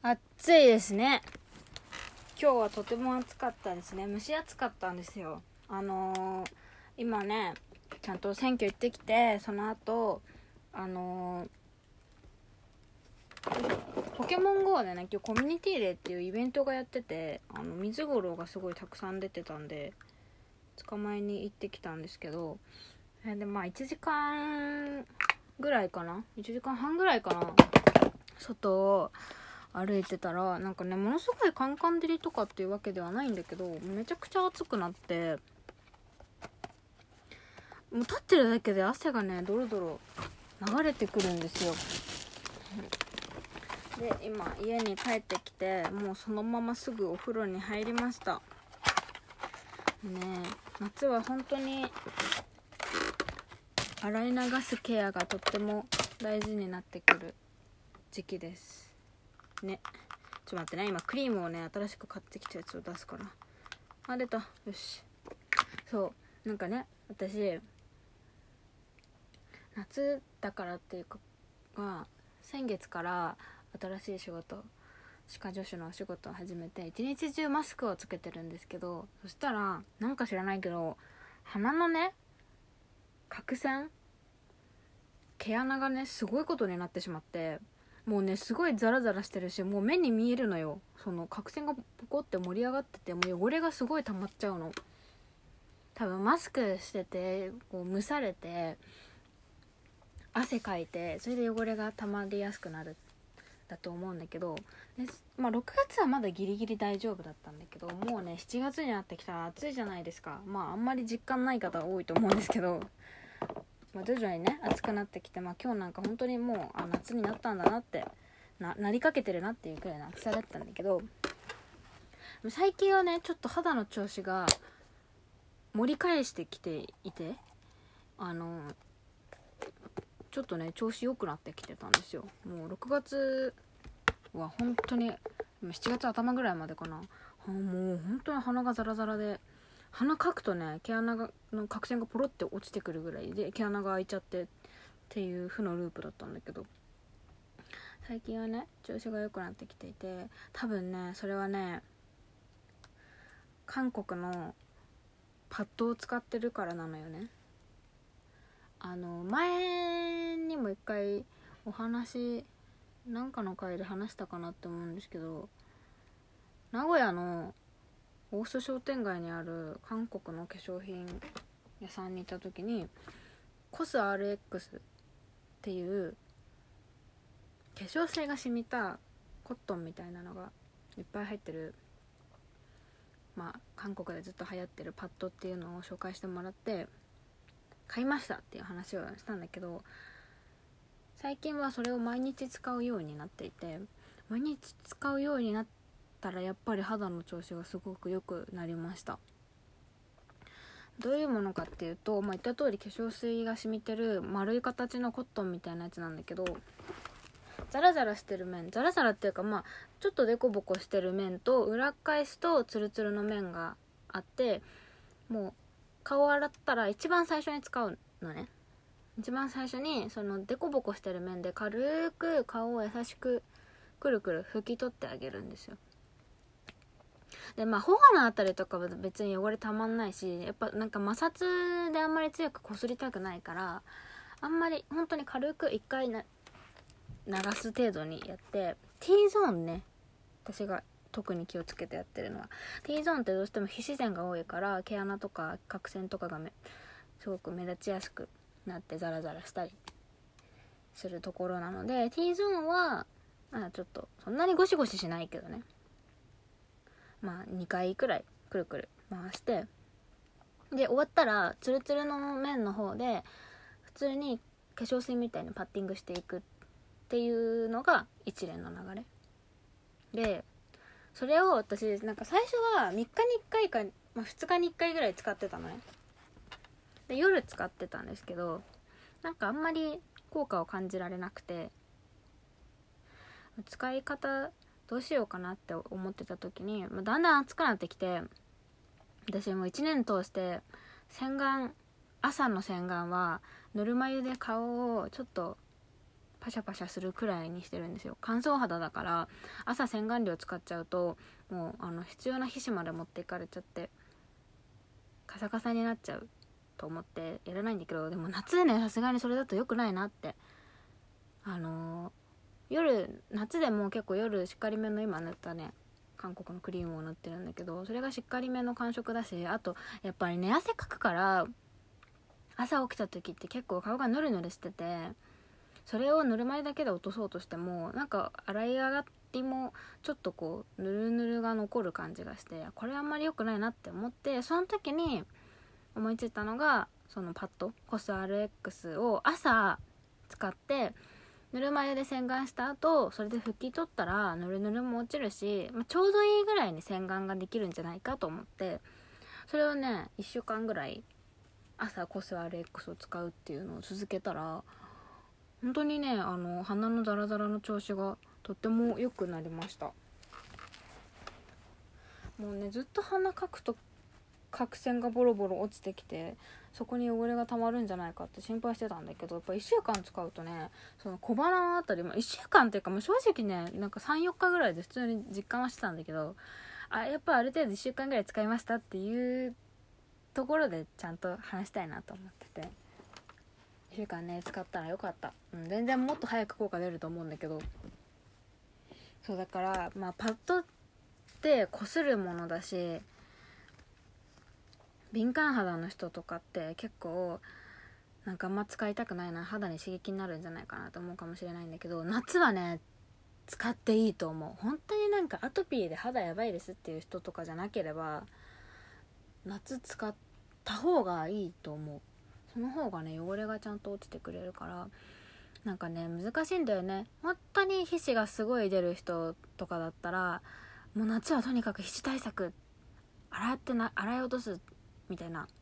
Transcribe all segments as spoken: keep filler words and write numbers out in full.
暑いですね。今日はとても暑かったですね。蒸し暑かったんですよ。あのー、今ねちゃんと選挙行ってきて、その後あのー、ポケモン ゴー でね今日コミュニティデーっていうイベントがやってて、あの水五郎がすごいたくさん出てたんで捕まえに行ってきたんですけど、でまあいちじかんぐらいかな、いちじかんはんぐらいかな、外を歩いてたら、なんかねものすごいカンカン照りとかっていうわけではないんだけど、めちゃくちゃ暑くなって、もう立ってるだけで汗がねドロドロ流れてくるんですよ。で今家に帰ってきて、もうそのまますぐお風呂に入りました。ねえ、夏は本当に洗い流すケアがとっても大事になってくる時期ですね。ちょっと待ってね、今クリームをね新しく買ってきたやつを出すから。あ、出た。よし。そうなんかね、私夏だからっていうかが先月から新しい仕事、歯科助手のお仕事を始めて、一日中マスクをつけてるんですけど、そしたらなんか知らないけど鼻のね角栓、毛穴がねすごいことになってしまって、もうねすごいザラザラしてるし、もう目に見えるのよ。その角栓がポコって盛り上がってて、もう汚れがすごい溜まっちゃうの。多分マスクしててこう蒸されて汗かいて、それで汚れが溜まりやすくなるだと思うんだけど、で、まあ、ろくがつはまだギリギリ大丈夫だったんだけど、もうねしちがつになってきたら暑いじゃないですか。まああんまり実感ない方多いと思うんですけど、まあ、徐々にね暑くなってきて、まあ、今日なんか本当にもうあ夏になったんだなってななりかけてるなっていうくらいの暑さだったんだけど、最近はねちょっと肌の調子が盛り返してきていて、あのちょっとね調子良くなってきてたんですよ。もうろくがつは本当にしちがつ頭ぐらいまでかな、もう本当に鼻がザラザラで、鼻かくとね毛穴がの角栓がポロって落ちてくるぐらいで毛穴が開いちゃってっていう負のループだったんだけど、最近はね調子が良くなってきていて、多分ねそれはね韓国のパッドを使ってるからなのよね。あの前にも一回お話なんかの回で話したかなって思うんですけど、名古屋の大須商店街にある韓国の化粧品屋さんに行った時に、コス アールエックス っていう化粧水が染みたコットンみたいなのがいっぱい入ってる、まあ韓国でずっと流行ってるパッドっていうのを紹介してもらって買いましたっていう話をしたんだけど、最近はそれを毎日使うようになっていて、毎日使うようになったらやっぱり肌の調子がすごく良くなりました。どういうものかっていうと、まあ、言った通り化粧水が染みてる丸い形のコットンみたいなやつなんだけど、ザラザラしてる面、ザラザラっていうかまあちょっとデコボコしてる面と裏返すとツルツルの面があって、もう顔洗ったら一番最初に使うのね。一番最初にそのデコボコしてる面で軽く顔を優しくくるくる拭き取ってあげるんですよ。でまあ頬のあたりとかは別に汚れたまんないし、やっぱなんか摩擦であんまり強くこすりたくないから、あんまり本当に軽く一回な流す程度にやって、 T ゾーンね、私が特に気をつけてやってるのは T ゾーンってどうしても皮脂腺が多いから毛穴とか角栓とかがめすごく目立ちやすくなってザラザラしたりするところなので、 T ゾーンはあちょっとそんなにゴシゴシしないけどね、まあにかいくらいくるくる回して、で終わったらツルツルの面の方で普通に化粧水みたいにパッティングしていくっていうのが一連の流れで、それを私なんか最初はみっかにいっかいか、まあ、ふつかにいっかいぐらい使ってたのね。で夜使ってたんですけど、なんかあんまり効果を感じられなくて、使い方どうしようかなって思ってた時に、まあ、だんだん暑くなってきて、私もういちねん通して洗顔、朝の洗顔はぬるま湯で顔をちょっとパシャパシャするくらいにしてるんですよ。乾燥肌だから朝洗顔料使っちゃうともうあの必要な皮脂まで持っていかれちゃってカサカサになっちゃうと思ってやらないんだけど、でも夏でねさすがにそれだと良くないなって、あのー、夜夏でも結構夜しっかりめの今塗ったね韓国のクリームを塗ってるんだけど、それがしっかりめの感触だし、あとやっぱりね汗かくから朝起きた時って結構顔がヌルヌルしてて、それをぬるま湯だけで落とそうとしてもなんか洗い上がりもちょっとこうぬるぬるが残る感じがして、これあんまり良くないなって思って、その時に思いついたのがそのパッドコス アールエックス を朝使ってぬるま湯で洗顔した後それで拭き取ったらぬるぬるも落ちるし、まあ、ちょうどいいぐらいに洗顔ができるんじゃないかと思って、それをねいっしゅうかんぐらい朝コス アールエックス を使うっていうのを続けたら本当にねあの鼻のザラザラの調子がとっても良くなりました。もうねずっと鼻かくと角栓がボロボロ落ちてきてそこに汚れがたまるんじゃないかって心配してたんだけど、やっぱいっしゅうかん使うとねその小鼻のあたり、まあ、いっしゅうかんっていうか、まあ、正直ねなんか さんよっかぐらいで普通に実感はしてたんだけど、あやっぱある程度いっしゅうかんぐらい使いましたっていうところでちゃんと話したいなと思ってて、いっしゅうかんね使ったらよかった、うん、全然もっと早く効果出ると思うんだけど、そうだからまあパッドってこするものだし敏感肌の人とかって結構なんかあんま使いたくないな、肌に刺激になるんじゃないかなと思うかもしれないんだけど、夏はね使っていいと思う。本当になんかアトピーで肌やばいですっていう人とかじゃなければ夏使った方がいいと思う。その方がね汚れがちゃんと落ちてくれるから、なんかね難しいんだよね。本当に皮脂がすごい出る人とかだったらもう夏はとにかく皮脂対策洗ってな洗い落とすみたいな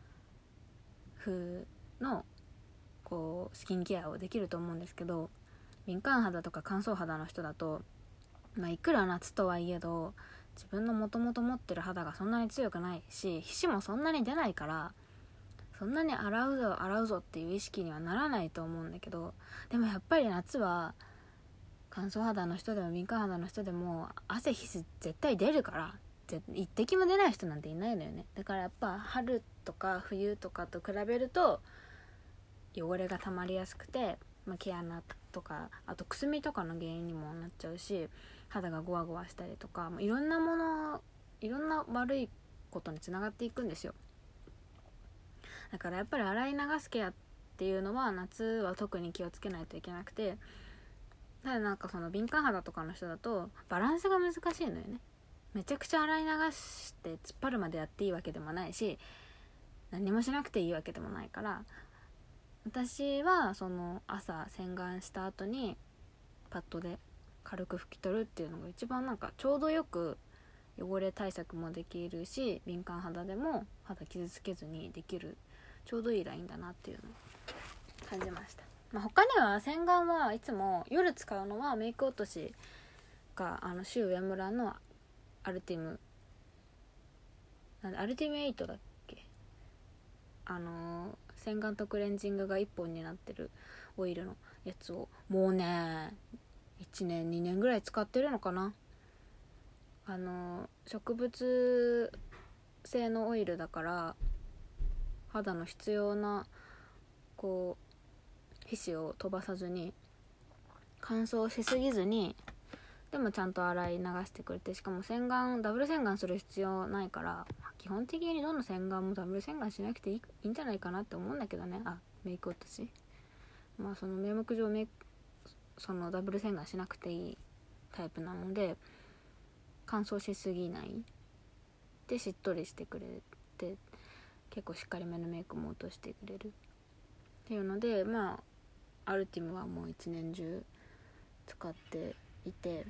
風のこうスキンケアをできると思うんですけど、敏感肌とか乾燥肌の人だと、まあ、いくら夏とはいえど自分のもともと持ってる肌がそんなに強くないし皮脂もそんなに出ないからそんなに洗うぞ洗うぞっていう意識にはならないと思うんだけど、でもやっぱり夏は乾燥肌の人でも敏感肌の人でも汗皮脂絶対出るから、一滴も出ない人なんていないのよね。だからやっぱ春とか冬とかと比べると汚れが溜まりやすくて、まあ、毛穴とかあとくすみとかの原因にもなっちゃうし、肌がゴワゴワしたりとか、いろんなものいろんな悪いことにつながっていくんですよ。だからやっぱり洗い流すケアっていうのは夏は特に気をつけないといけなくて、ただなんかその敏感肌とかの人だとバランスが難しいのよね。めちゃくちゃ洗い流して突っ張るまでやっていいわけでもないし何もしなくていいわけでもないから、私はその朝洗顔した後にパッドで軽く拭き取るっていうのが一番なんかちょうどよく汚れ対策もできるし敏感肌でも肌傷つけずにできるちょうどいいラインだなっていうのを感じました。まあ、他には洗顔はいつも夜使うのはメイク落としがあのシュウ上村のアルティムなんアルティメイトだっけ、あのー、洗顔とクレンジングがいっぽんになってるオイルのやつをもうねいちねんにねんぐらい使ってるのかな。あのー、植物性のオイルだから肌の必要なこう皮脂を飛ばさずに乾燥しすぎずにでもちゃんと洗い流してくれて、しかも洗顔ダブル洗顔する必要ないから、基本的にどの洗顔もダブル洗顔しなくていい、いいんじゃないかなって思うんだけどね。あメイク落としまあその名目上メイクそのダブル洗顔しなくていいタイプなので乾燥しすぎないでしっとりしてくれて結構しっかりめのメイクも落としてくれるっていうので、まあアルティムはもう一年中使っていて、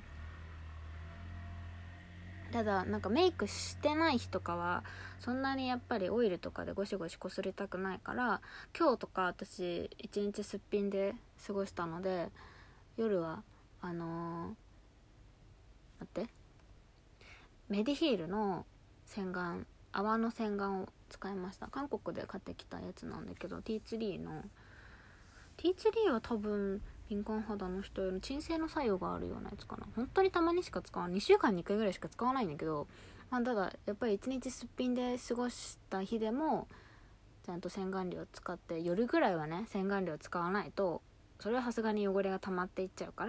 ただなんかメイクしてない日とかはそんなにやっぱりオイルとかでゴシゴシこすりたくないから、今日とか私一日すっぴんで過ごしたので夜はあのー、待ってメディヒールの洗顔泡の洗顔を使いました。韓国で買ってきたやつなんだけど ティーツリー の ティーツリー は多分敏感肌の人用の鎮静の作用があるようなやつかな。本当にたまにしか使わない、にしゅうかんにいっかいぐらいしか使わないんだけど、まあ、ただやっぱりいちにちすっぴんで過ごした日でもちゃんと洗顔料使って、夜ぐらいはね洗顔料使わないとそれはさすがに汚れが溜まっていっちゃうから、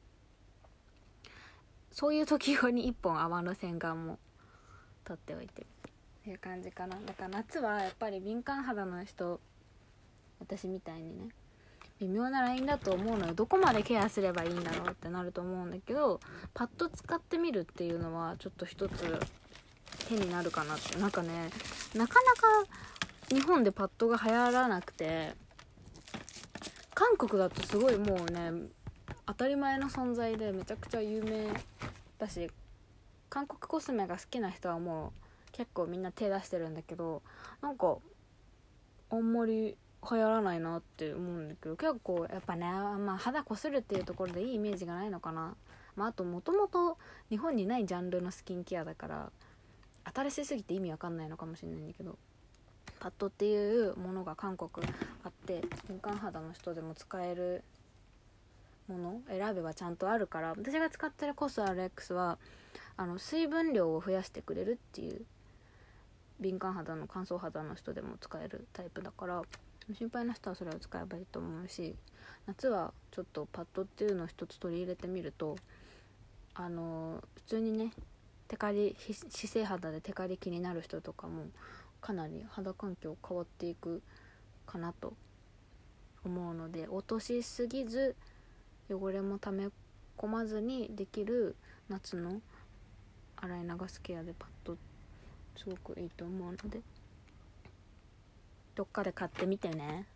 そういう時用にいっぽん泡の洗顔も取っておいてるっていう感じかな。だから夏はやっぱり敏感肌の人、私みたいにね微妙なラインだと思うのよ。どこまでケアすればいいんだろうってなると思うんだけど、パッド使ってみるっていうのはちょっと一つ手になるかなって。なんかね、なかなか日本でパッドが流行らなくて、韓国だとすごいもうね当たり前の存在でめちゃくちゃ有名だし、韓国コスメが好きな人はもう結構みんな手出してるんだけど、なんかあんまり流行らないなって思うんだけど、結構やっぱね、まあ、肌こするっていうところでいいイメージがないのかな。まあ、あともともと日本にないジャンルのスキンケアだから新しすぎて意味わかんないのかもしれないんだけど、パッドっていうものが韓国あって、敏感肌の人でも使えるもの選べばちゃんとあるから、私が使ってるコス アールエックス はあの水分量を増やしてくれるっていう、敏感肌の乾燥肌の人でも使えるタイプだから、心配な人はそれを使えばいいと思うし、夏はちょっとパッドっていうのを一つ取り入れてみると、あの普通にねテカリ姿勢肌でテカリ気になる人とかもかなり肌環境変わっていくかなと思うので、落としすぎず汚れも溜め込まずにできる夏の洗い流すケアでパッドすごくいいと思うので、どっかで買ってみてね。